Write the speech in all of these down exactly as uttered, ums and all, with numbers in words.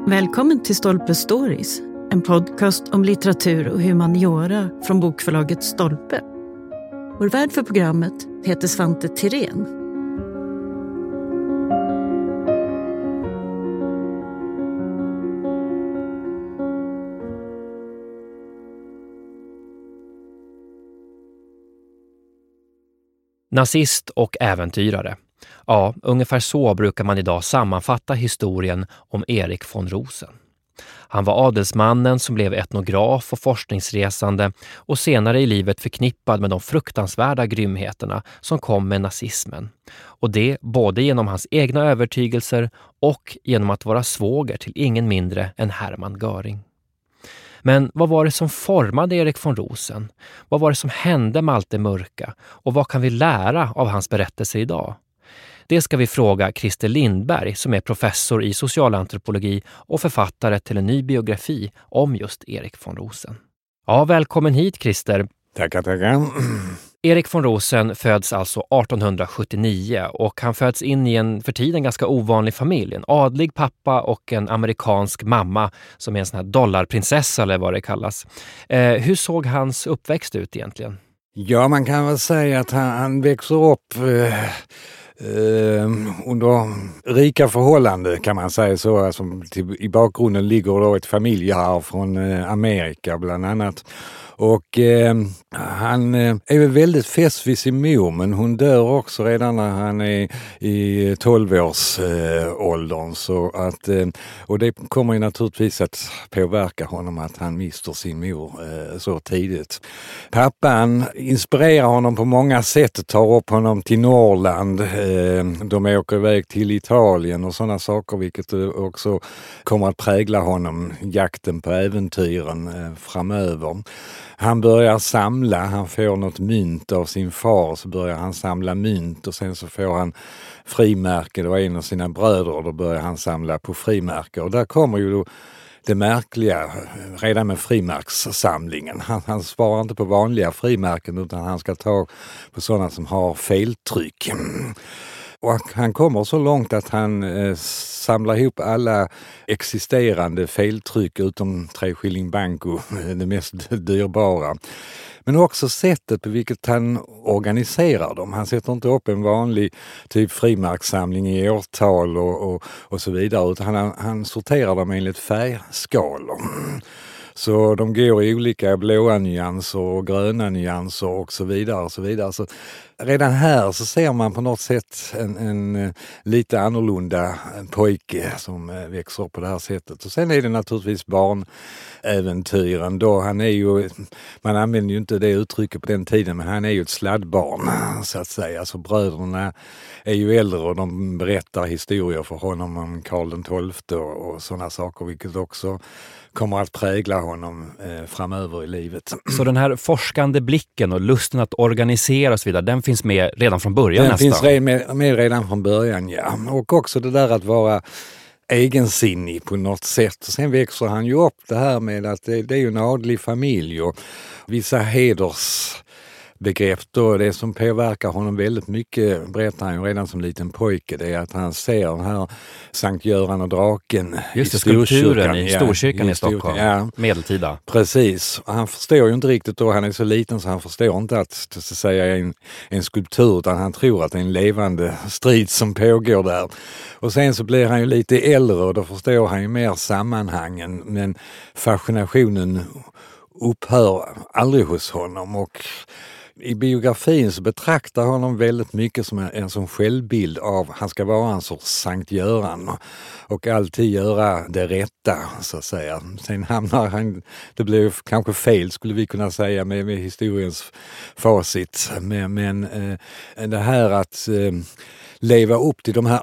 Välkommen till Stolpe Stories, en podcast om litteratur och humaniora från bokförlaget Stolpe. Vår värd för programmet heter Svante Tirén. Nazist och äventyrare. Ja, ungefär så brukar man idag sammanfatta historien om Erik von Rosen. Han var adelsmannen som blev etnograf och forskningsresande och senare i livet förknippad med de fruktansvärda grymheterna som kom med nazismen. Och det både genom hans egna övertygelser och genom att vara svåger till ingen mindre än Hermann Göring. Men vad var det som formade Erik von Rosen? Vad var det som hände med allt det mörka? Och vad kan vi lära av hans berättelser idag? Det ska vi fråga Christer Lindberg som är professor i socialantropologi och författare till en ny biografi om just Erik von Rosen. Ja, välkommen hit Christer. Tackar, tackar. Erik von Rosen föds alltså arton sjuttionio och han föds in i en för tiden ganska ovanlig familj. En adlig pappa och en amerikansk mamma som är en sån här dollarprinsessa eller vad det kallas. Eh, hur såg hans uppväxt ut egentligen? Ja, man kan väl säga att han, han växer upp eh, eh, under rika förhållanden kan man säga så. Alltså, till, i bakgrunden ligger då ett familjearv från eh, Amerika bland annat. Och eh, han eh, är väl väldigt fäst vid sin mor, men hon dör också redan när han är i tolvårsåldern. Eh, så att, eh, och det kommer ju naturligtvis att påverka honom att han mister sin mor eh, så tidigt. Pappan inspirerar honom på många sätt och tar upp honom till Norrland. Eh, de åker iväg till Italien och sådana saker, vilket också kommer att prägla honom, jakten på äventyren eh, framöver. Han börjar samla, han får något mynt av sin far, så börjar han samla mynt och sen så får han frimärke, det var en av sina bröder och då börjar han samla på frimärke. Och där kommer ju då det märkliga redan med frimärkssamlingen. Han, han sparar inte på vanliga frimärken utan han ska ta på sådana som har feltryck. Och han kommer så långt att han eh, samlar ihop alla existerande feltryck utom tre skilling banco, det mest dyrbara. Men också sättet på vilket han organiserar dem. Han sätter inte upp en vanlig typ frimärkssamling i årtal och, och, och så vidare, utan han, han sorterar dem enligt färgskalor. Så de går i olika blåa nyanser och gröna nyanser och så vidare och så vidare. Så redan här så ser man på något sätt en, en lite annorlunda pojke som växer upp på det här sättet. Och sen är det naturligtvis barnäventyren då. Han är ju, man använder ju inte det uttrycket på den tiden, men han är ju ett sladdbarn så att säga. Alltså bröderna är ju äldre och de berättar historier för honom om Karl den tolfte och, och sådana saker, vilket också kommer att prägla honom eh, framöver i livet. Så den här forskande blicken och lusten att organisera och så vidare, den finns med redan från början den nästan? Den finns med, med redan från början, ja. Och också det där att vara egensinnig på något sätt. Sen växer han ju upp det här med att det, det är ju en adlig familj och vissa heders begrepp då, det som påverkar honom väldigt mycket, berättar han ju redan som liten pojke, det är att han ser den här Sankt Göran och draken. Just det, skulpturen i Storkyrkan ja, i Stockholm, ja. Medeltida. Precis, han förstår ju inte riktigt då, han är så liten så han förstår inte att så att säga en, en skulptur, utan han tror att det är en levande strid som pågår där. Och sen så blir han ju lite äldre och då förstår han ju mer sammanhangen, men fascinationen upphör aldrig hos honom. Och i biografin så betraktar honom väldigt mycket som en, en som självbild av, han ska vara en sorts Sankt Göran och alltid göra det rätta så att säga. Sen hamnar han, det blir kanske fel skulle vi kunna säga med, med historiens facit, men, men eh, det här att eh, leva upp till de här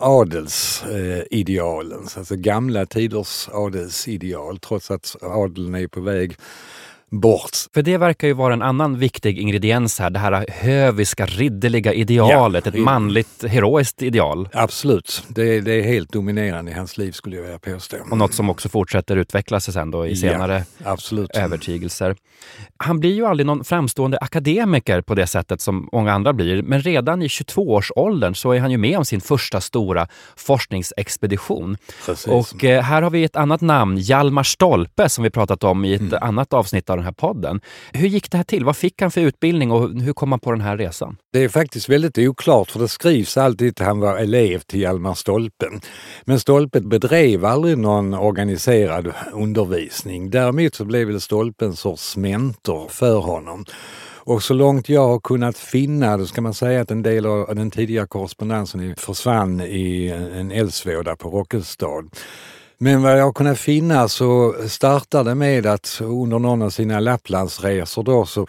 adelsidealen, eh, alltså gamla tiders adelsideal, trots att adeln är på väg bort. För det verkar ju vara en annan viktig ingrediens här, det här höviska, ridderliga idealet, ja, ett manligt, heroiskt ideal. Absolut, det är, det är helt dominerande i hans liv, skulle jag vilja påstå. Och något som också fortsätter utvecklas sen då i senare ja, absolut. övertygelser. Han blir ju aldrig någon framstående akademiker på det sättet som många andra blir, men redan i tjugotvåårsåldern så är han ju med om sin första stora forskningsexpedition. Precis. Och eh, här har vi ett annat namn, Hjalmar Stolpe, som vi pratat om i ett mm. annat avsnitt av den här podden. Hur gick det här till? Vad fick han för utbildning och hur kom han på den här resan? Det är faktiskt väldigt oklart, för det skrivs alltid att han var elev till Hjalmar Stolpe. Men Stolpe bedrev aldrig någon organiserad undervisning. Däremot så blev väl Stolpe en sorts mentor för honom. Och så långt jag har kunnat finna, då ska man säga att en del av den tidiga korrespondensen försvann i en eldsvåda på Rockestad. Men vad jag har kunnat finna så startar det med att under någon av sina Lapplandsresor då så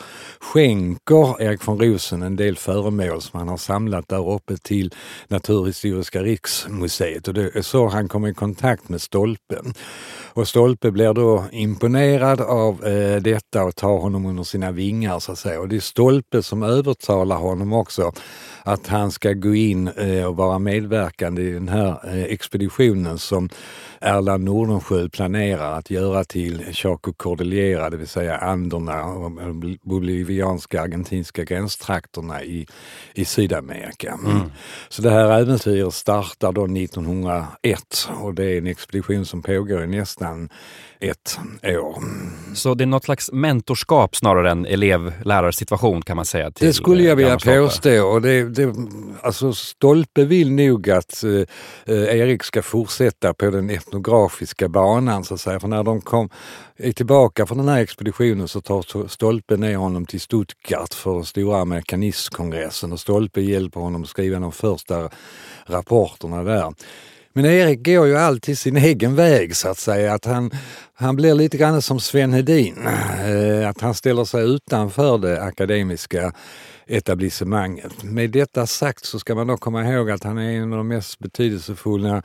skänker Erik von Rosen en del föremål som han har samlat där uppe till Naturhistoriska riksmuseet. Och det är så han kommer i kontakt med Stolpe. Och Stolpe blir då imponerad av eh, detta och tar honom under sina vingar, så att säga. Och det är Stolpe som övertalar honom också att han ska gå in eh, och vara medverkande i den här eh, expeditionen som Erland Nordenskiöld planerar att göra till Chaco Cordillera, det vill säga Anderna och bolivianska argentinska gränstrakterna i, i Sydamerika. Mm. Så det här äventyret startar då nittonhundraett och det är en expedition som pågår i nästan ett år. Så det är något slags mentorskap snarare än elev-lärarsituation, kan man säga. Till det skulle jag vilja påstå. Och det, det, alltså Stolpe vill nog att eh, Erik ska fortsätta på den etnografiska banan, så att säga. För när de kom är tillbaka från den här expeditionen så tar Stolpe ner honom till Stuttgart för stora amerikanistkongressen, och Stolpe hjälper honom att skriva de första rapporterna där. Men Erik går ju alltid sin egen väg, så att säga. Att han, han blir lite grann som Sven Hedin. Eh, att han ställer sig utanför det akademiska etablissemanget. Med detta sagt så ska man då komma ihåg att han är en av de mest betydelsefulla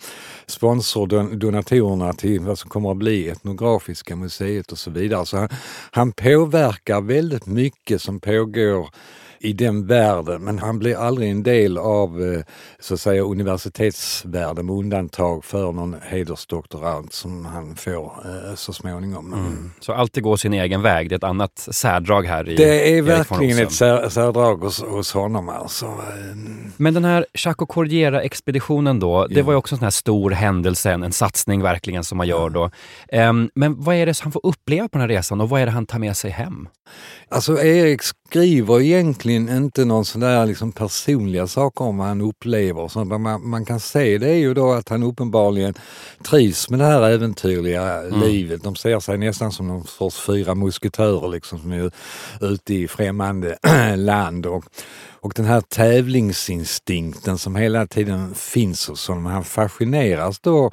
sponsordonatorerna till vad som kommer att bli Etnografiska museet och så vidare. Så han, han påverkar väldigt mycket som pågår i den världen, men han blir aldrig en del av så att säga universitetsvärlden, med undantag för någon hedersdoktorand som han får så småningom. Mm. Så alltid går sin egen väg, det är ett annat särdrag här i Det är verkligen ett sär, särdrag hos, hos honom alltså. Men den här Chaco Cordillera-expeditionen då, det ja. var ju också en sån här stor händelse, en satsning verkligen som man gör då. Um, men vad är det som han får uppleva på den här resan och vad är det han tar med sig hem? Alltså Erik skriver egentligen inte någon sån där liksom personliga saker om vad han upplever. Så man, man kan se det är ju då att han uppenbarligen trivs med det här äventyrliga mm. livet. De ser sig nästan som någon sorts fyra musketörer liksom, som är ute i främmande land. Och, och den här tävlingsinstinkten som hela tiden finns hos honom. Han fascineras då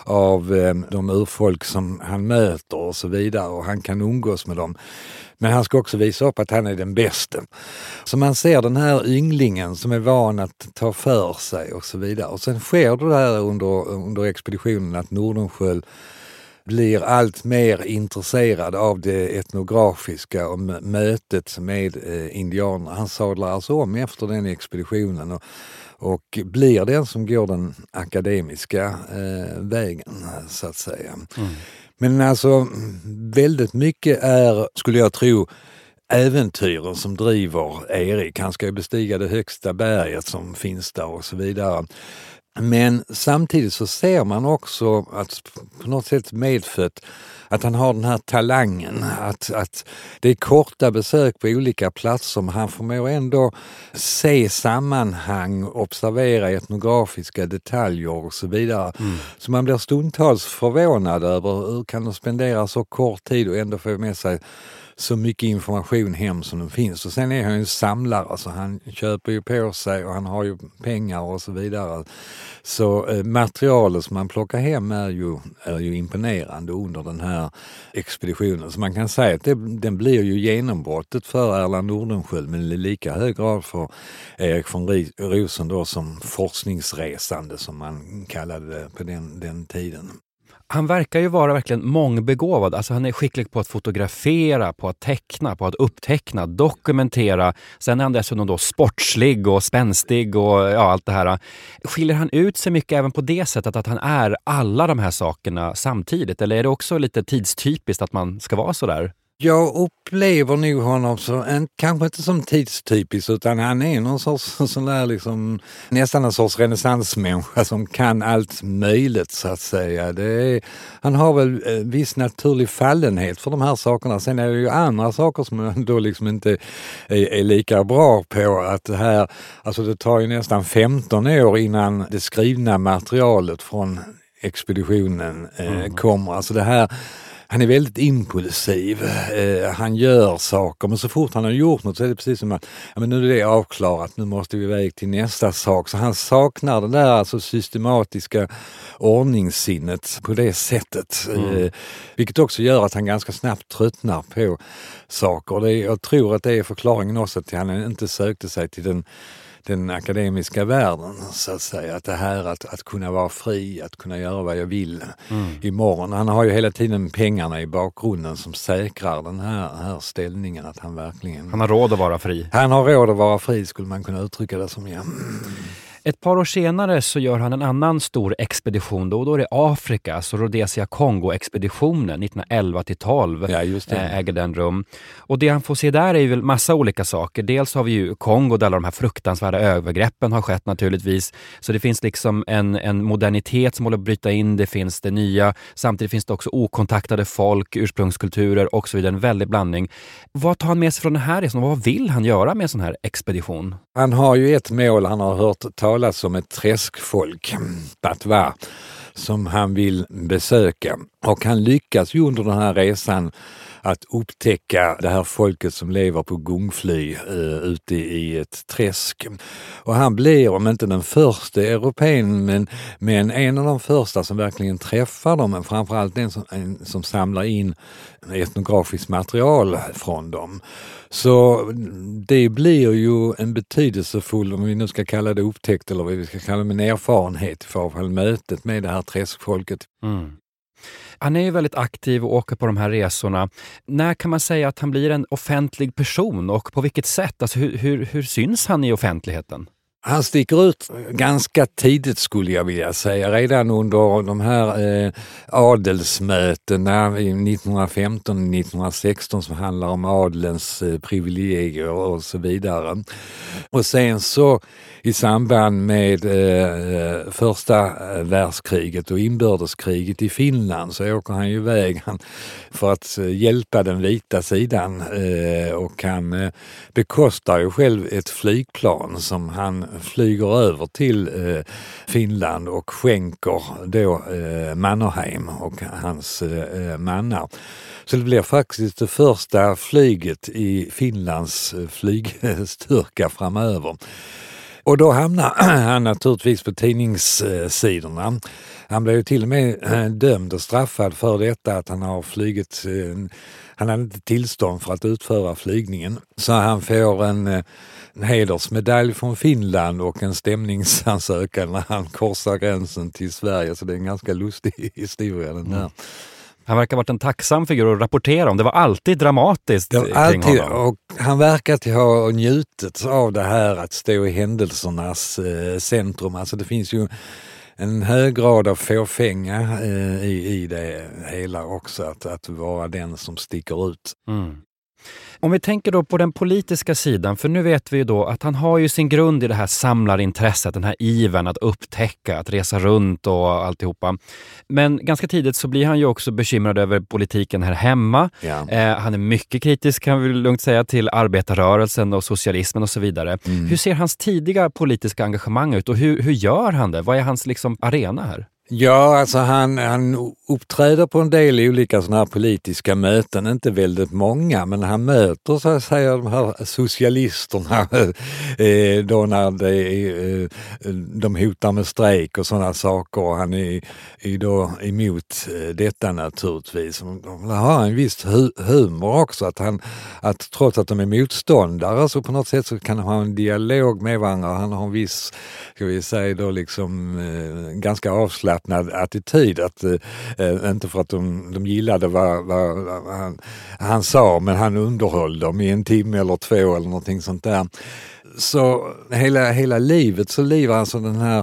av eh, de urfolk som han möter och så vidare, och han kan umgås med dem. Men han ska också visa upp att han är den bästa. Så man ser den här ynglingen som är van att ta för sig och så vidare. Och sen sker det där under, under expeditionen att Nordenskiöld blir allt mer intresserad av det etnografiska och mötet med eh, indianer. Han sadlar alltså om efter den expeditionen och, och blir den som går den akademiska eh, vägen, så att säga. Mm. Men alltså väldigt mycket är, skulle jag tro, äventyren som driver Erik. Han ska ju bestiga det högsta berget som finns där och så vidare. Men samtidigt så ser man också att på något sätt medfött att han har den här talangen, att, att det är korta besök på olika platser, men han förmår ändå se sammanhang, observera etnografiska detaljer och så vidare. Mm. Så man blir stundtals förvånad över hur kan de spendera så kort tid och ändå få med sig så mycket information hem som det finns. Och sen är han ju en samlare, alltså han köper ju på sig och han har ju pengar och så vidare. Så eh, materialet som man plockar hem är ju, är ju imponerande under den här expeditionen. Så man kan säga att det, den blir ju genombrottet för Erland Nordenskiöld, men i lika hög grad för Erik von Rosen då som forskningsresande, som man kallade det på den, den tiden. Han verkar ju vara verkligen mångbegåvad. Alltså han är skicklig på att fotografera, på att teckna, på att uppteckna, dokumentera. Sen är han dessutom då sportslig och spänstig och ja, allt det här. Skiljer han ut sig mycket även på det sättet att han är alla de här sakerna samtidigt? Eller är det också lite tidstypiskt att man ska vara så där? Jag upplever nog honom så, en, kanske inte som tidstypisk, utan han är någon sorts sån där liksom, nästan en sorts renässansmänniska som kan allt möjligt så att säga. Det är, han har väl eh, viss naturlig fallenhet för de här sakerna. Sen är det ju andra saker som han då liksom inte är, är lika bra på. Att det här, alltså det tar ju nästan femton år innan det skrivna materialet från expeditionen eh, mm. kommer. Alltså det här, han är väldigt impulsiv, eh, han gör saker, men så fort han har gjort något så är det precis som att ja, men nu är det avklarat, nu måste vi iväg till nästa sak. Så han saknar det där alltså systematiska ordningssinnet på det sättet, mm. eh, vilket också gör att han ganska snabbt tröttnar på saker. Det är, jag tror att det är förklaringen också till att han inte sökte sig till den den akademiska världen, så att säga. Att det här att, att kunna vara fri, att kunna göra vad jag vill mm. imorgon. Han har ju hela tiden pengarna i bakgrunden som säkrar den här, här ställningen, att han verkligen... Han har råd att vara fri. Han har råd att vara fri, skulle man kunna uttrycka det som, ja. Ett par år senare så gör han en annan stor expedition då, och då är det Afrika, alltså Rhodesia-Kongo-expeditionen nittonhundraelva till tolv ja, just det. äger den rum. Och det han får se där är ju väl massa olika saker. Dels har vi ju Kongo där alla de här fruktansvärda övergreppen har skett naturligtvis. Så det finns liksom en, en modernitet som håller på att bryta in, det finns det nya. Samtidigt finns det också okontaktade folk, ursprungskulturer och så vidare, en väldig blandning. Vad tar han med sig från den här resan? Vad vill han göra med en sån här expedition? Han har ju ett mål, han har hört talas som ett träskfolk, Batwa, som han vill besöka. Och han lyckas ju under den här resan att upptäcka det här folket som lever på gungfly uh, ute i ett träsk. Och han blir, om inte den första europeen, men, men en av de första som verkligen träffar dem, men framförallt den som, en, som samlar in etnografiskt material från dem. Så det blir ju en betydelsefull, om vi nu ska kalla det upptäckt eller vad vi ska kalla det, en erfarenhet i alla fall, mötet med det här träskfolket. Mm. Han är ju väldigt aktiv och åker på de här resorna. När kan man säga att han blir en offentlig person och på vilket sätt? Alltså hur, hur, hur syns han i offentligheten? Han sticker ut ganska tidigt, skulle jag vilja säga. Redan under de här eh, adelsmötena nittonhundrafemton nittonhundrasexton som handlar om adelns eh, privilegier och så vidare. Och sen så i samband med eh, första världskriget och inbördeskriget i Finland så åker han ju iväg för att eh, hjälpa den vita sidan eh, och han eh, bekostar ju själv ett flygplan som han flyger över till eh, Finland och skänker då eh, Mannerheim och hans eh, mannar. Så det blir faktiskt det första flyget i Finlands flygstyrka framöver. Och då hamnar han naturligtvis på tidningssidorna. Han blev ju till och med dömd och straffad för detta att han har flygit, han hade inte tillstånd för att utföra flygningen. Så han får en, en hedersmedalj från Finland och en stämningsansökan när han korsar gränsen till Sverige. Så det är en ganska lustig historia den där. Mm. Han verkar ha varit en tacksam figur att rapportera om. Det var alltid dramatiskt det var kring alltid, honom. Och han verkar till ha njutit av det här att stå i händelsernas eh, centrum. Alltså det finns ju en hög grad av fåfänga eh, i, i det hela också. Att, att vara den som sticker ut. Mm. Om vi tänker då på den politiska sidan, för nu vet vi ju då att han har ju sin grund i det här samlarintresset, den här ivern att upptäcka, att resa runt och alltihopa. Men ganska tidigt så blir han ju också bekymrad över politiken här hemma. Ja. Eh, han är mycket kritisk, kan vi lugnt säga, till arbetarrörelsen och socialismen och så vidare. Mm. Hur ser hans tidiga politiska engagemang ut och hur, hur gör han det? Vad är hans liksom arena här? Ja, alltså han, han uppträder på en del olika sådana här politiska möten, inte väldigt många, men han möter så att säga de här socialisterna eh, då när det är, eh, de hotar med strejk och sådana saker, och han är, är då emot detta naturligtvis. Han har en viss hu- humor också, att, han, att trots att de är motståndare så på något sätt så kan han ha en dialog med varandra. Han har en viss, ska vi säga då liksom, eh, ganska avslappnad attityd att Eh, inte för att de, de gillade vad, vad, vad han, han sa, men han underhöll dem i en timme eller två eller någonting sånt där. Så hela, hela livet så lever alltså den här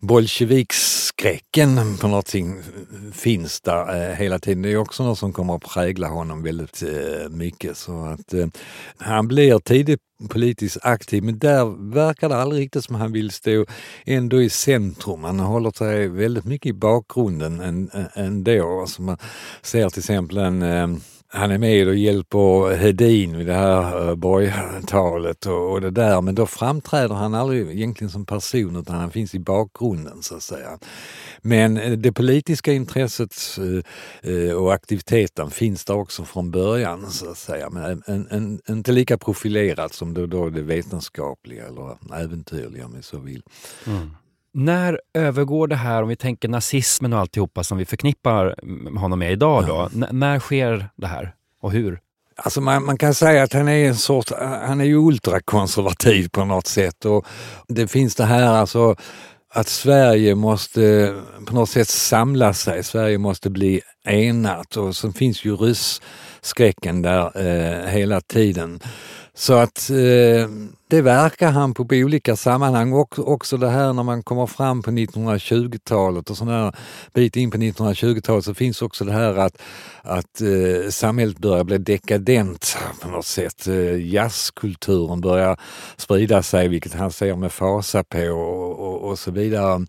bolsjevikskräcken på någonting finns där eh, hela tiden. Det är också något som kommer att prägla honom väldigt eh, mycket. Så att eh, han blir tidigt politiskt aktiv, men där verkar det aldrig riktigt som han vill stå ändå i centrum. Han håller sig väldigt mycket i bakgrunden ändå. Alltså man ser till exempel en eh, han är med och hjälper Hedin vid det här uh, borgtalet och, och det där, men då framträder han aldrig egentligen som person, utan han finns i bakgrunden så att säga. Men uh, det politiska intresset uh, uh, och aktiviteten finns där också från början så att säga, men en, en, en, inte lika profilerat som då, då det vetenskapliga eller äventyrliga om vi så vill. Mm. När övergår det här, om vi tänker nazismen och alltihopa som vi förknippar honom med idag då? Ja. N- när sker det här och hur? Alltså man, man kan säga att han är en sorts, han är ju ultrakonservativ på något sätt, och det finns det här alltså att Sverige måste på något sätt samla sig, Sverige måste bli enat, och så finns ju ryssskräcken där eh, hela tiden. Så att eh, det verkar han på, på olika sammanhang, och också det här när man kommer fram på nittonhundratjugotalet och sån här bit in på nittonhundratjugotalet, så finns också det här att, att eh, samhället börjar bli dekadent på något sätt. Eh, jazzkulturen börjar sprida sig, vilket han ser med fasa på och, och, och så vidare.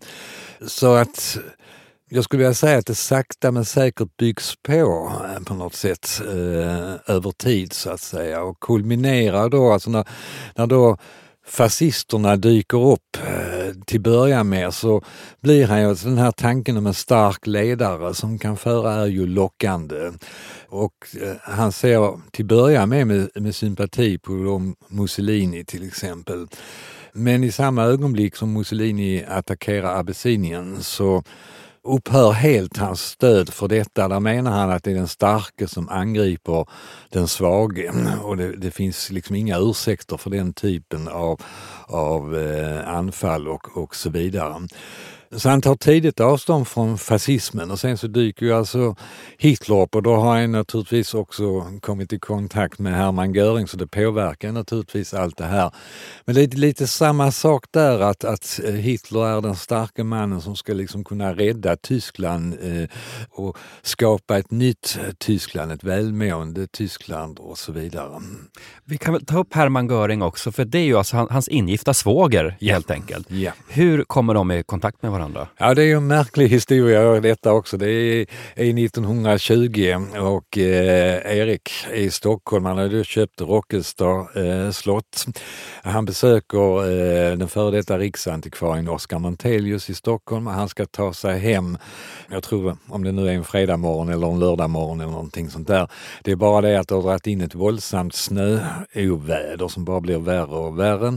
Så att jag skulle vilja säga att det sakta men säkert byggs på på något sätt eh, över tid så att säga, och kulminerar då, alltså när, när då fascisterna dyker upp eh, till början med, så blir han ju, alltså den här tanken om en stark ledare som kan föra är ju lockande, och eh, han ser till början med, med, med sympati på de Mussolini till exempel. Men i samma ögonblick som Mussolini attackerar Abessinien så upphör helt hans stöd för detta. Där menar han att det är den starke som angriper den svage, och det, det finns liksom inga ursäkter för den typen av, av eh, anfall och, och så vidare. Så han tar tidigt avstånd från fascismen, och sen så dyker ju alltså Hitler upp, och då har han naturligtvis också kommit i kontakt med Hermann Göring, så det påverkar naturligtvis allt det här. Men det är lite samma sak där, att, att Hitler är den starka mannen som ska liksom kunna rädda Tyskland eh, och skapa ett nytt Tyskland, ett välmående Tyskland och så vidare. Vi kan väl ta upp Hermann Göring också, för det är ju alltså hans ingifta svåger ja. helt enkelt. Ja. Hur kommer de i kontakt med varandra? Ja, det är ju en märklig historia detta också. Det är i nittonhundratjugo och eh, Erik är i Stockholm. Han hade köpt Rockestad eh, slott. Han besöker eh, den före detta riksantikvarien Oskar Montelius i Stockholm. Han ska ta sig hem, jag tror om det nu är en fredag morgon eller en lördag morgon eller någonting sånt där. Det är bara det att det har dragit in ett våldsamt snöoväder som bara blir värre och värre.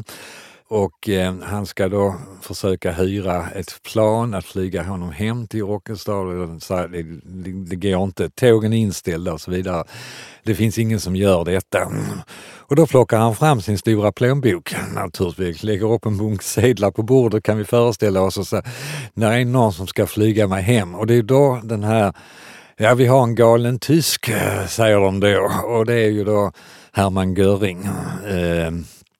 Och eh, han ska då försöka hyra ett plan att flyga honom hem till Rockestad. Så det, det, det går inte, tågen är inställda och så vidare. Det finns ingen som gör detta. Och då plockar han fram sin stora plånbok naturligtvis, lägger upp en bunk sedlar på bordet, kan vi föreställa oss, och så när är någon som ska flyga mig hem. Och det är då den här, ja vi har en galen tysk, säger de då. Och det är ju då Hermann Göring eh,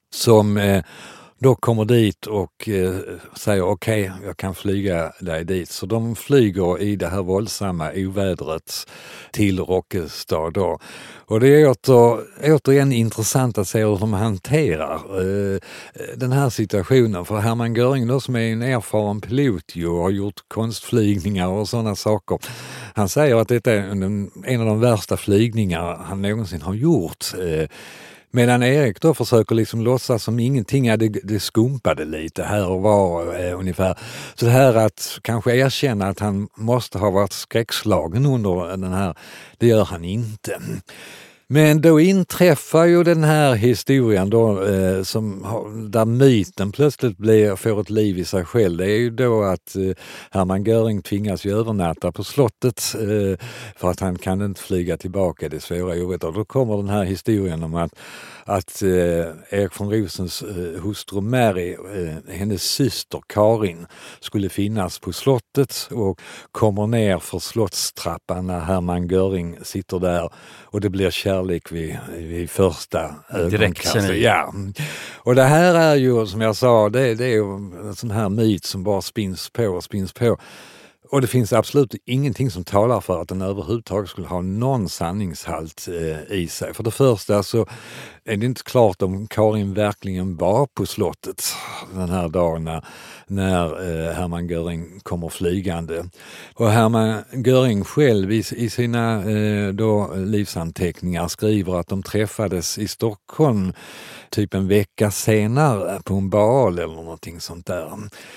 som eh, då kommer dit och eh, säger okej, okay, jag kan flyga dig dit. Så de flyger i det här våldsamma ovädret till Rockestad då. Och det är åter, återigen intressant att se hur de hanterar eh, den här situationen. För Hermann Göring då, som är en erfaren pilot ju, och har gjort konstflygningar och sådana saker. Han säger att detta är en, en av de värsta flygningar han någonsin har gjort. Eh, Medan Erik då försöker liksom låtsas som ingenting, det, det skumpade lite här och var eh, ungefär. Så det här att kanske erkänna att han måste ha varit skräckslagen under den här, det gör han inte. Men då inträffar ju den här historien då, eh, som har, där myten plötsligt blir, får ett liv i sig själv. Det är ju då att eh, Hermann Göring tvingas ju övernatta på slottet eh, för att han kan inte flyga tillbaka i det svåra ovädret. Och då kommer den här historien om att, att eh, Erik von Rosens eh, hustru Mary, eh, hennes syster Karin, skulle finnas på slottet och kommer ner för slottstrappan när Hermann Göring sitter där, och det blir kärlek vid, vid första ögonkastet. Ja. Och det här är ju, som jag sa, det, det är ju en sån här myt som bara spins på och spins på. Och det finns absolut ingenting som talar för att den överhuvudtaget skulle ha någon sanningshalt eh, i sig. För det första så är det inte klart om Karin verkligen var på slottet den här dagen när, när eh, Hermann Göring kommer flygande. Och Hermann Göring själv i, i sina eh, då, livsanteckningar skriver att de träffades i Stockholm typ en vecka senare på en bal eller någonting sånt där.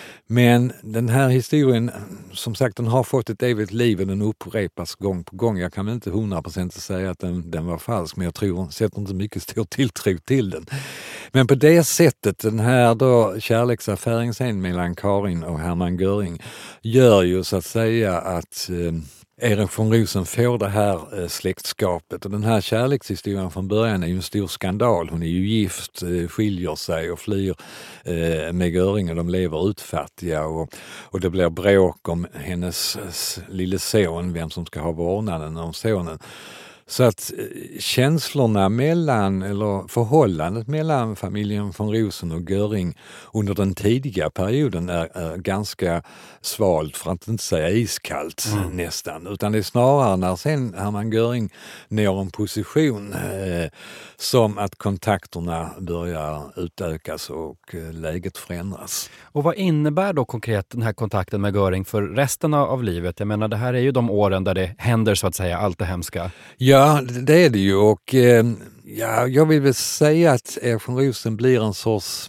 Men den här historien, som sagt, den har fått ett evigt liv och den upprepas gång på gång. Jag kan väl inte hundra procent säga att den, den var falsk, men jag tror, sätter inte mycket stor tilltro till den. Men på det sättet, den här då kärleksaffären sen mellan Karin och Hermann Göring gör ju så att säga att eh, Erik von Rosen får det här eh, släktskapet, och den här kärlekshistorien från början är ju en stor skandal. Hon är ju gift, eh, skiljer sig och flyr eh, med Göring, och de lever utfattiga, och, och det blir bråk om hennes eh, lille son, vem som ska ha vårdnaden om sonen. Så att känslorna mellan, eller förhållandet mellan familjen von Rosen och Göring under den tidiga perioden är, är ganska svalt, för att inte säga iskallt mm. nästan. Utan det är snarare när sen Hermann Göring når en position eh, som att kontakterna börjar utökas och eh, läget förändras. Och vad innebär då konkret den här kontakten med Göring för resten av livet? Jag menar, det här är ju de åren där det händer så att säga allt det hemska. Ja, det är det ju, och eh, ja, jag vill väl säga att Erik von Rosen blir en sorts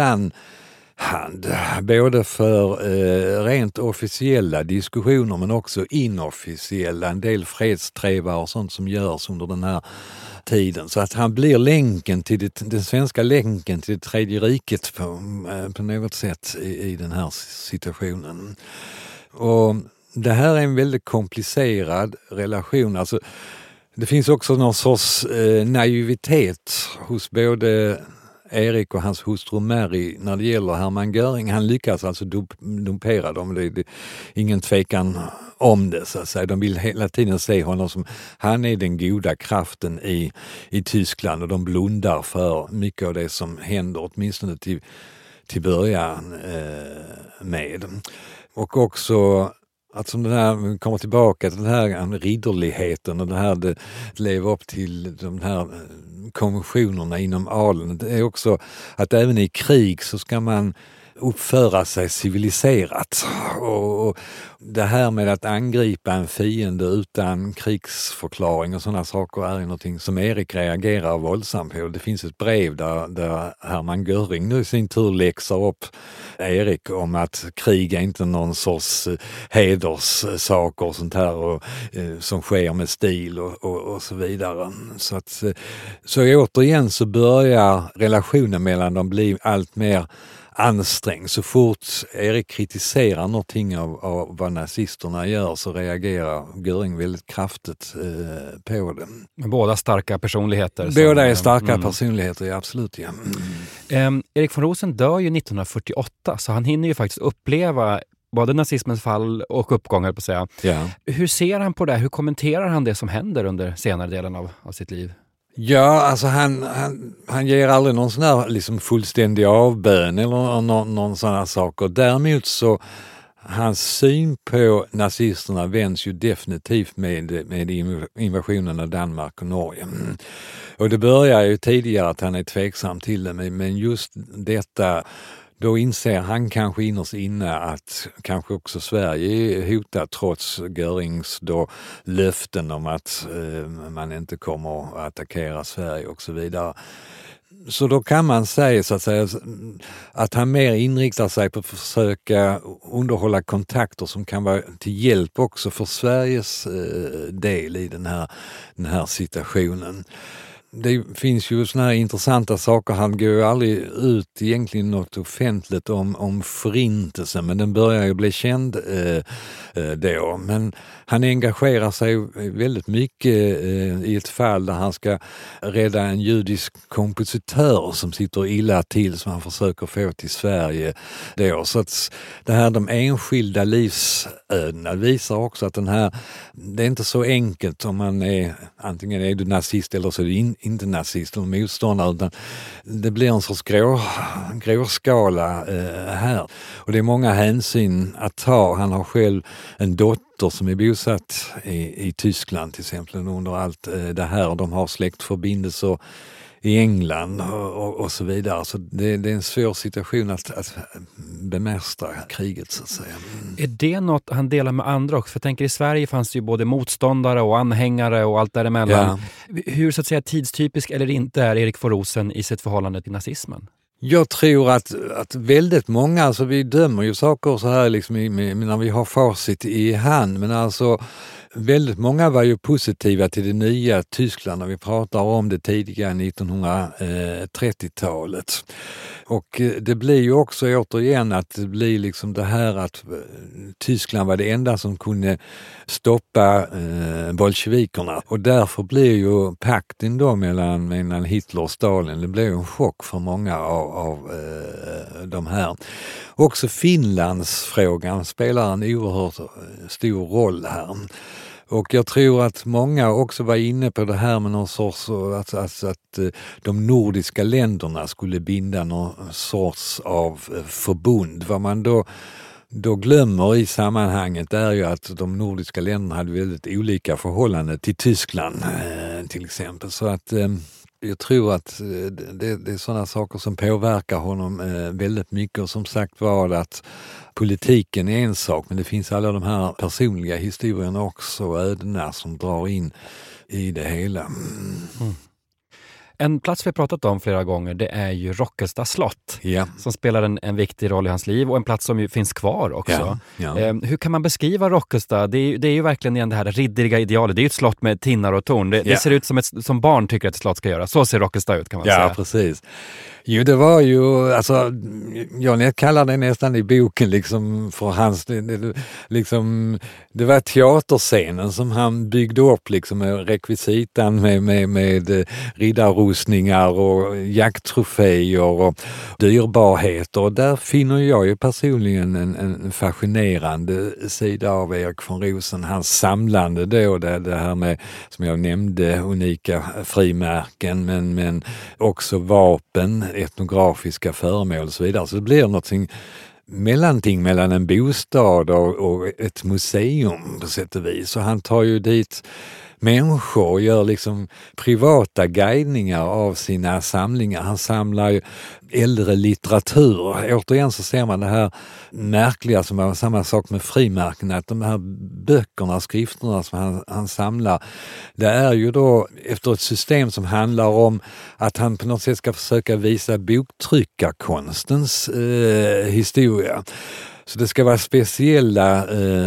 mellanhand, både för eh, rent officiella diskussioner men också inofficiella, en del fredsträvar och sånt som görs under den här tiden. Så att han blir länken till det, den svenska länken till det tredje riket på, på något sätt i, i den här situationen. Och det här är en väldigt komplicerad relation. Alltså, det finns också någon sorts eh, naivitet hos både Erik och hans hustru Mary när det gäller Hermann Göring. Han lyckas alltså dumpera dem. Det är ingen tvekan om det, så att säga. De vill hela tiden se honom som, han är den goda kraften i, i Tyskland, och de blundar för mycket av det som händer, åtminstone till, till början eh, med. Och också att som den här kommer tillbaka till den här ridderligheten och det här det lever upp till de här konventionerna inom adeln. Det är också att även i krig så ska man uppföra sig civiliserat, och det här med att angripa en fiende utan krigsförklaring och sådana saker är ju någonting som Erik reagerar våldsamt på. Det finns ett brev där, där Hermann Göring nu i sin tur läxar upp Erik om att krig är inte någon sorts hederssaker och sånt här, och, eh, som sker med stil och, och, och så vidare. Så, att, så återigen så börjar relationen mellan dem bli allt mer ansträngd. Så fort Erik kritiserar någonting av, av vad nazisterna gör så reagerar Göring väldigt kraftigt eh, på det. Båda starka personligheter. Båda är starka mm. personligheter, ja, absolut. Ja. Mm. Eh, Erik von Rosen dör ju nittonhundrafyrtioåtta, så han hinner ju faktiskt uppleva både nazismens fall och uppgångar på att säga. Ja. Hur ser han på det? Hur kommenterar han det som händer under senare delen av, av sitt liv? Ja, alltså han, han, han ger aldrig någon sån här liksom fullständig avbön eller någon, någon sån här saker. Däremot så hans syn på nazisterna vänds ju definitivt med, med invasionen av Danmark och Norge. Mm. Och det börjar ju tidigare att han är tveksam till det, men just detta, då inser han kanske innerst inne att kanske också Sverige är hotat trots Görings då löften om att eh, man inte kommer att attackera Sverige och så vidare. Så då kan man säga så att säga att han mer inriktar sig på att försöka underhålla kontakter som kan vara till hjälp också för Sveriges del i den här, den här situationen. Det finns ju såna här intressanta saker. Han går ju aldrig ut egentligen något offentligt om, om förintelsen, men den börjar ju bli känd eh, då. Men han engagerar sig väldigt mycket eh, i ett fall där han ska rädda en judisk kompositör som sitter illa till, som han försöker få till Sverige då. Så att det här, de enskilda livsödena visar också att den här, det är inte så enkelt om man är, antingen är du nazist eller så är du in, inte nazist eller motståndare, utan det blir en sorts grå, gråskala eh, här. Och det är många hänsyn att ta. Han har själv en dotter som är bosatt i, i Tyskland till exempel under allt eh, det här. De har släktförbindelser i England och, och, och så vidare. Så det, det är en svår situation att, att bemästra kriget så att säga. Mm. Är det något han delar med andra också? För jag tänker, i Sverige fanns det ju både motståndare och anhängare och allt däremellan. Ja. Hur så att säga tidstypisk eller inte är Erik von Rosen i sitt förhållande till nazismen? Jag tror att, att väldigt många, alltså vi dömer ju saker så här liksom i, när vi har facit i hand, men alltså väldigt många var ju positiva till det nya Tyskland när vi pratar om det tidiga nittonhundratrettiotalet. Och det blir ju också återigen att det blir liksom det här att Tyskland var det enda som kunde stoppa eh, bolsjevikerna. Och därför blir ju pakten då mellan, mellan Hitler och Stalin, det blev en chock för många av, av eh, de här. Också Finlandsfrågan spelar en oerhört stor roll här. Och jag tror att många också var inne på det här med någon sorts, att, att, att de nordiska länderna skulle binda någon sorts av förbund. Vad man då, då glömmer i sammanhanget är ju att de nordiska länderna hade väldigt olika förhållanden till Tyskland till exempel. Så att jag tror att det, det är sådana saker som påverkar honom väldigt mycket. Och som sagt var att politiken är en sak, men det finns alla de här personliga historierna också, ödena som drar in i det hela. Mm. Mm. En plats vi har pratat om flera gånger, det är ju Rockestad slott, ja. som spelar en, en viktig roll i hans liv, och en plats som ju finns kvar också. Ja, ja. Eh, hur kan man beskriva Rockestad? Det är, det är ju verkligen igen det här ridderiga idealet. Det är ju ett slott med tinnar och torn. Det, ja. det ser ut som ett som barn tycker att ett slott ska göra. Så ser Rockestad ut, kan man ja, säga. Ja, precis. Jo, det var ju, alltså, jag kallar det nästan i boken liksom för hans, det, liksom, det var teaterscenen som han byggde upp liksom med rekvisitan med, med, med riddarrustningar och jakttroféer och dyrbarheter. Och där finner jag ju personligen en, en fascinerande sida av Erik von Rosen. Hans samlande då, det, det här med, som jag nämnde, unika frimärken, men, men också vapen, etnografiska föremål och så vidare. Så det blir någonting mellanting mellan en bostad och, och ett museum på sätt och vis. Så han tar ju dit människor och gör liksom privata guidningar av sina samlingar. Han samlar ju äldre litteratur. Återigen så ser man det här märkliga som var samma sak med frimärken, att de här böckerna, skrifterna som han, han samlar, det är ju då efter ett system som handlar om att han på något sätt ska försöka visa boktryckarkonstens eh, historia. Så det ska vara speciella eh,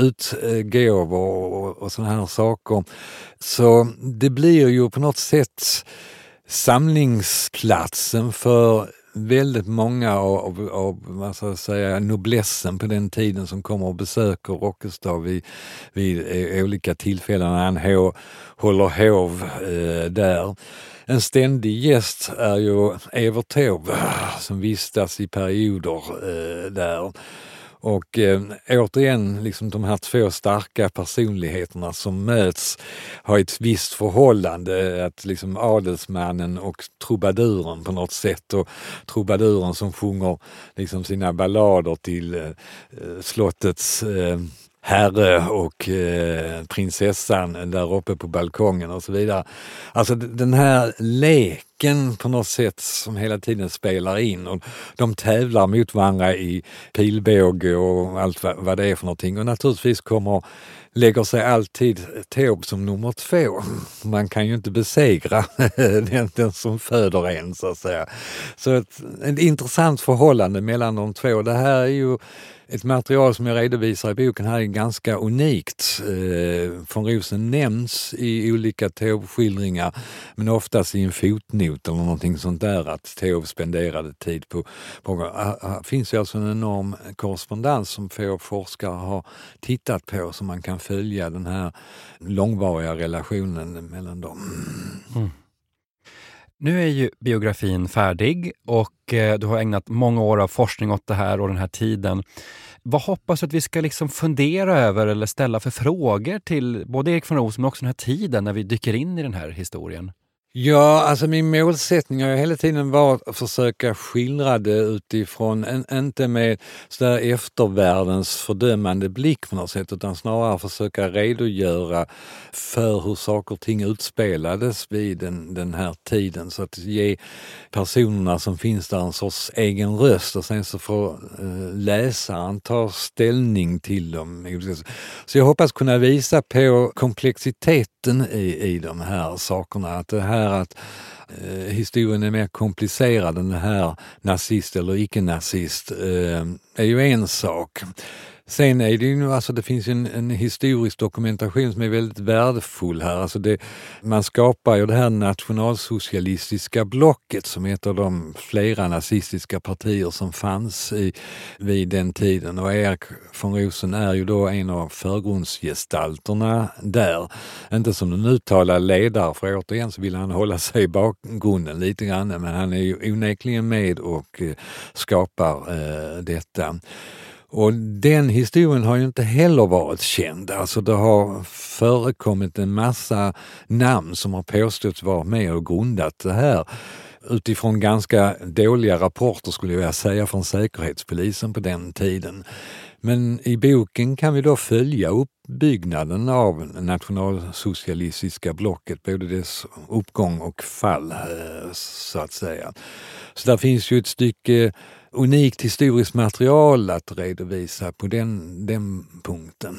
utgåvor och, och sådana här saker. Så det blir ju på något sätt samlingsplatsen för väldigt många av, av vad ska jag säga, noblessen på den tiden som kommer och besöker Rockestad vid, vid olika tillfällen när han hå, håller hov eh, där. En ständig gäst är ju Evert Taube som vistas i perioder eh, där. Och eh, återigen, liksom de här två starka personligheterna som möts har ett visst förhållande, att liksom adelsmannen och trubaduren på något sätt, och trubaduren som sjunger liksom sina ballader till eh, slottets eh, herre och eh, prinsessan där uppe på balkongen och så vidare. Alltså den här leken musiken på något sätt som hela tiden spelar in, och de tävlar mot varandra i pilbåge och allt vad, vad det är för någonting, och naturligtvis kommer lägger sig alltid Taube som nummer två. Man kan ju inte besegra den, den som föder en, så att säga. Så ett, ett intressant förhållande mellan de två. Det här är ju ett material som jag redovisar i boken här är ganska unikt. Eh, von Rosen nämns i olika Taube-skildringar, men oftast i en fotnot eller någonting sånt där, att Taube spenderade tid på, på här finns ju alltså en enorm korrespondens som få forskare har tittat på, så man kan följa den här långvariga relationen mellan dem. Mm. Nu är ju biografin färdig och eh, du har ägnat många år av forskning åt det här och den här tiden. Vad hoppas du att vi ska liksom fundera över eller ställa för frågor till både Erik von Rosen men också den här tiden när vi dyker in i den här historien? Ja, alltså min målsättning har hela tiden varit att försöka skildra det utifrån, en, inte med sådär eftervärldens fördömande blick på något sätt, utan snarare försöka redogöra för hur saker och ting utspelades vid den, den här tiden, så att ge personerna som finns där en sorts egen röst, och sen så får eh, läsaren ta ställning till dem. Så jag hoppas kunna visa på komplexiteten i, i de här sakerna, att det här att eh, historien är mer komplicerad än det här nazist eller icke-nazist eh, är ju en sak. Sen är det ju, alltså det finns ju en, en historisk dokumentation som är väldigt värdefull här. Alltså det, man skapar ju det här nationalsocialistiska blocket som är ett av de flera nazistiska partier som fanns i, vid den tiden. Och Erik von Rosen är ju då en av förgrundsgestalterna där. Inte som den uttalade ledare, för återigen så vill han hålla sig i bakgrunden lite grann. Men han är ju onekligen med och eh, skapar eh, detta. Och den historien har ju inte heller varit känd. Alltså det har förekommit en massa namn som har påståtts vara med och grundat det här utifrån ganska dåliga rapporter, skulle jag vilja säga, från säkerhetspolisen på den tiden. Men i boken kan vi då följa uppbyggnaden av nationalsocialistiska blocket, både dess uppgång och fall, så att säga. Så där finns ju ett stycke unikt historiskt material att redovisa på den, den punkten.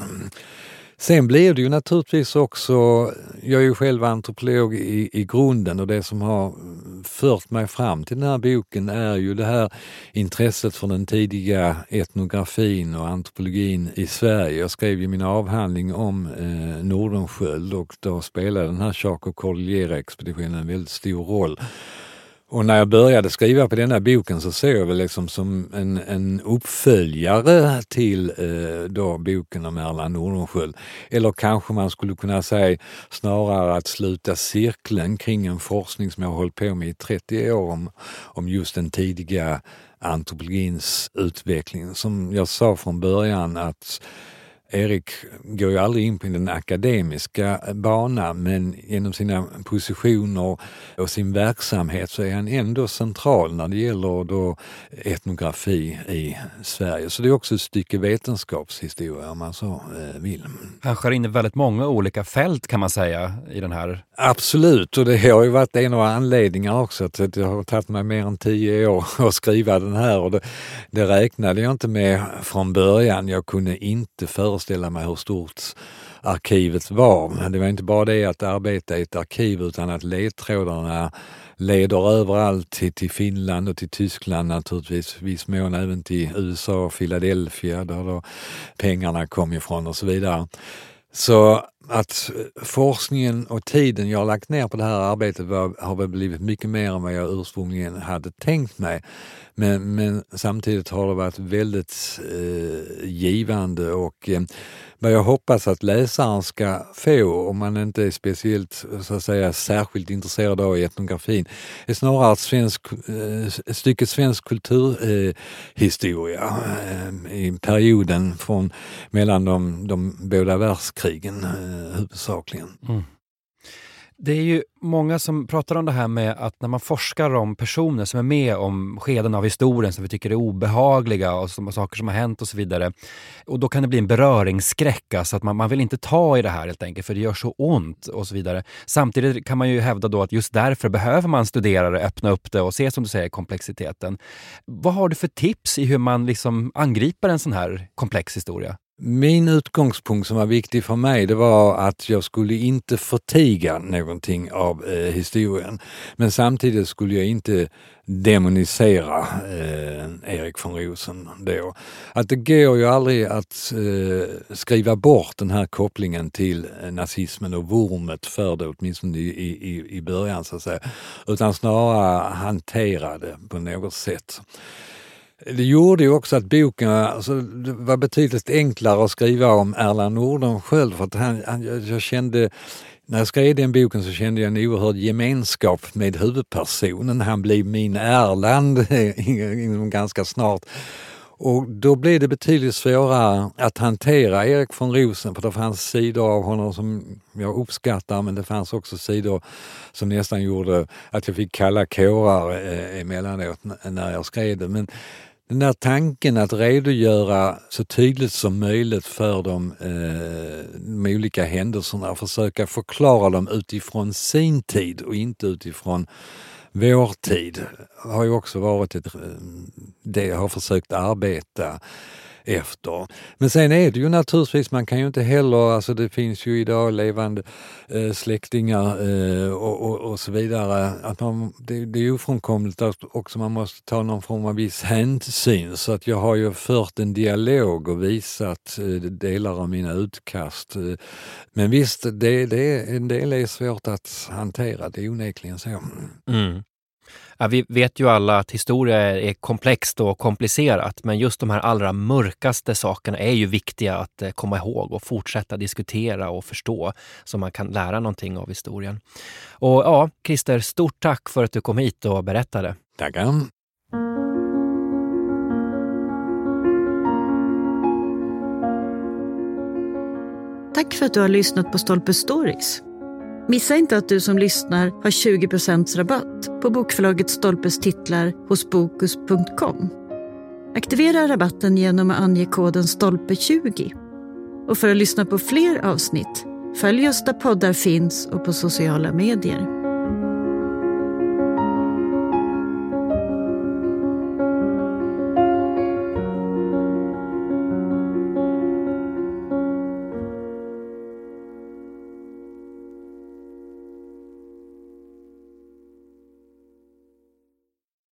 Sen blir det ju naturligtvis också, jag är ju själv antropolog i, i grunden, och det som har fört mig fram till den här boken är ju det här intresset för den tidiga etnografin och antropologin i Sverige. Jag skrev ju min avhandling om eh, Nordenskiöld, och då spelade den här Chaco Cordillera-expeditionen en väldigt stor roll. Och när jag började skriva på denna boken så ser jag väl liksom som en, en uppföljare till eh, då boken om Erland Nordenskiöld. Eller kanske man skulle kunna säga snarare att sluta cirkeln kring en forskning som jag har hållit på med i trettio år om, om just den tidiga antropologins utveckling. Som jag sa från början, att Erik går ju aldrig in på den akademiska banan, men genom sina positioner och sin verksamhet så är han ändå central när det gäller då etnografi i Sverige. Så det är också ett stycke vetenskapshistoria om man så vill. Han skär in i väldigt många olika fält, kan man säga, i den här. Absolut, och det har ju varit en av anledningarna också, att det har tagit mig mer än tio år att skriva den här, och det, det räknade jag inte med från början. Jag kunde inte föreställa mig hur stort arkivet var. Det var inte bara det att arbeta i ett arkiv, utan att ledtrådarna leder överallt till, till Finland och till Tyskland, naturligtvis viss mån även till U S A och Philadelphia där då pengarna kom ifrån och så vidare. Så att forskningen och tiden jag har lagt ner på det här arbetet var, har väl blivit mycket mer än vad jag ursprungligen hade tänkt mig. Men, men samtidigt har det varit väldigt eh, givande, och eh, vad jag hoppas att läsaren ska få, om man inte är speciellt så att säga särskilt intresserad av etnografin, är snarare ett, svensk, eh, ett stycke svensk kulturhistoria eh, eh, i perioden från mellan de, de båda världskrigen eh, huvudsakligen. Mm. Det är ju många som pratar om det här med att när man forskar om personer som är med om skeden av historien som vi tycker är obehagliga och som, saker som har hänt och så vidare. Och då kan det bli en beröringsskräck, alltså att man, man vill inte ta i det här helt enkelt för det gör så ont och så vidare. Samtidigt kan man ju hävda då att just därför behöver man studera det, öppna upp det och se som du säger komplexiteten. Vad har du för tips i hur man liksom angriper en sån här komplex historia? Min utgångspunkt som var viktig för mig, det var att jag skulle inte förtiga någonting av eh, historien. Men samtidigt skulle jag inte demonisera eh, Erik von Rosen då. Att det går ju aldrig att eh, skriva bort den här kopplingen till eh, nazismen och vurmet för det, åtminstone i, i, i början så att säga. Utan snarare hantera det på något sätt. Det gjorde ju också att boken alltså, det var betydligt enklare att skriva om Erland Nordenskiöld för att han, han, jag kände, när jag skrev den boken så kände jag en oerhörd gemenskap med huvudpersonen. Han blev min Erland ganska snart. Och då blev det betydligt svårare att hantera Erik von Rosen, för det fanns sidor av honom som jag uppskattar, men det fanns också sidor som nästan gjorde att jag fick kalla kårar eh, emellanåt när jag skrev det. Men den där tanken att redogöra så tydligt som möjligt för de, eh, de olika händelserna och försöka förklara dem utifrån sin tid och inte utifrån vår tid har ju också varit ett, det jag har försökt arbeta efter. Men sen är det ju naturligtvis, man kan ju inte heller, alltså det finns ju idag levande eh, släktingar eh, och, och, och så vidare, att man, det, det är ju ofrånkomligt att också man måste ta någon form av viss hänsyn, så att jag har ju fört en dialog och visat eh, delar av mina utkast. Men visst, det, det, en del är svårt att hantera, det är onekligen så. Mm. Ja, vi vet ju alla att historia är komplext och komplicerat, men just de här allra mörkaste sakerna är ju viktiga att komma ihåg och fortsätta diskutera och förstå, så man kan lära någonting av historien. Och ja, Christer, stort tack för att du kom hit och berättade. Tackar. Tack för att du har lyssnat på Stolpe Stories. Missa inte att du som lyssnar har tjugo procent rabatt på bokförlaget Stolpes titlar hos bokus punkt com. Aktivera rabatten genom att ange koden stolpe tjugo. Och för att lyssna på fler avsnitt, följ oss där poddar finns och på sociala medier.